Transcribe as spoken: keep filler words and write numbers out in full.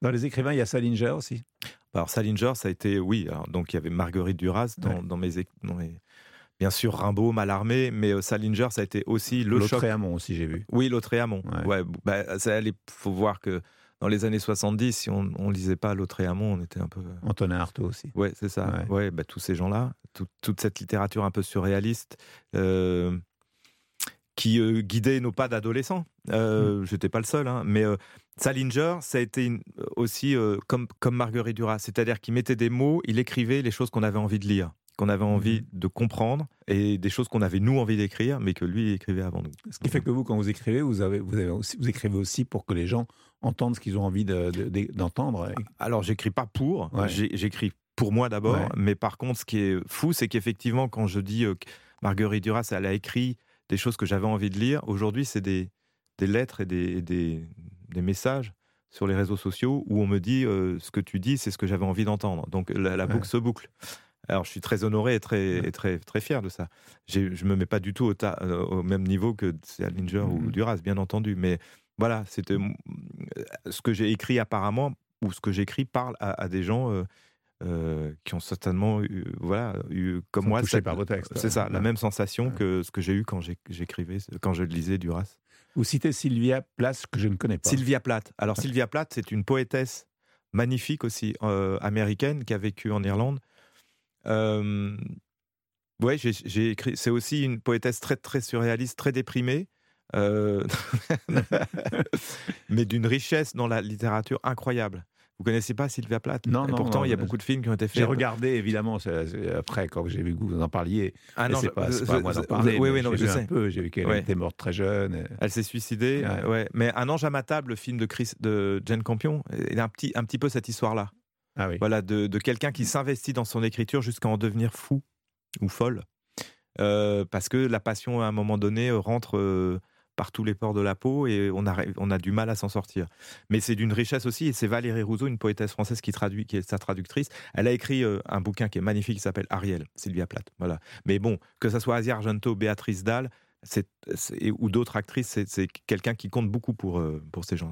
Dans les écrivains, il y a Salinger aussi. Alors Salinger, ça a été, oui, alors, donc il y avait Marguerite Duras dans, ouais. dans, mes, dans mes... Bien sûr, Rimbaud, Mallarmé, mais euh, Salinger, ça a été aussi le choc. Lautréamont aussi, j'ai vu. Oui, Lautréamont. Ouais. Ouais, bah, il faut voir que dans les années soixante-dix, si on ne lisait pas Lautréamont, on était un peu... Antonin Artaud aussi. Oui, c'est ça. Ouais. Ouais, bah, tous ces gens-là, tout, toute cette littérature un peu surréaliste euh, qui euh, guidait nos pas d'adolescents. Euh, mmh. Je n'étais pas le seul, hein, mais euh, Salinger, ça a été une, aussi euh, comme, comme Marguerite Duras, c'est-à-dire qu'il mettait des mots, il écrivait les choses qu'on avait envie de lire, qu'on avait envie mmh. de comprendre, et des choses qu'on avait nous envie d'écrire, mais que lui écrivait avant nous. Ce qui fait que vous, quand vous écrivez, vous, avez, vous, avez aussi, vous écrivez aussi pour que les gens entendent ce qu'ils ont envie de, de, de, d'entendre. Alors, j'écris pas pour, ouais. j'écris pour moi d'abord, ouais. mais par contre, ce qui est fou, c'est qu'effectivement, quand je dis que Marguerite Duras, elle a écrit des choses que j'avais envie de lire, aujourd'hui, c'est des, des lettres et des, des, des messages sur les réseaux sociaux où on me dit euh, ce que tu dis, c'est ce que j'avais envie d'entendre. Donc, la, la boucle ouais. se boucle. Alors, je suis très honoré et très, ouais. et très, très fier de ça. J'ai, je ne me mets pas du tout au, ta, euh, au même niveau que Salinger mmh. ou Duras, bien entendu. Mais voilà, c'était euh, ce que j'ai écrit apparemment, ou ce que j'écris parle à, à des gens euh, euh, qui ont certainement eu, voilà, eu comme Sont moi, touchés cette, par vos textes. C'est ça, ouais. la même sensation ouais. que ce que j'ai eu quand j'écrivais, quand je lisais Duras. Vous citez Sylvia Plath, que je ne connais pas. Sylvia Plath. Alors, ouais. Sylvia Plath, c'est une poétesse magnifique aussi, euh, américaine, qui a vécu en Irlande. Euh, ouais, j'ai, j'ai écrit. C'est aussi une poétesse très très surréaliste, très déprimée, euh, mais d'une richesse dans la littérature incroyable. Vous connaissez pas Sylvia Plath? Non, et non. Pourtant, non, il y a beaucoup de films qui ont été faits. J'ai regardé évidemment c'est, c'est, après quand j'ai vu que vous en parliez. Ah non, c'est je, pas, c'est je, pas à moi d'en parler. Oui, oui, non, j'ai je vu sais. Un peu, j'ai vu qu'elle ouais. était morte très jeune. Et... Elle s'est suicidée. Ouais. Ouais. Mais Un ange à ma table, le film de Chris, de Jane Campion, il a un petit, un petit peu cette histoire-là. Ah oui. Voilà, de, de quelqu'un qui s'investit dans son écriture jusqu'à en devenir fou ou folle, euh, parce que la passion à un moment donné rentre euh, par tous les pores de la peau et on a, on a du mal à s'en sortir. Mais c'est d'une richesse aussi, et c'est Valérie Rousseau, une poétesse française qui traduit, qui est sa traductrice. Elle a écrit euh, un bouquin qui est magnifique, qui s'appelle Ariel, Sylvia Plath. Voilà. Mais bon, que ça soit Asia Argento, Béatrice Dalle, c'est, c'est, ou d'autres actrices, c'est, c'est quelqu'un qui compte beaucoup pour, euh, pour ces gens-là.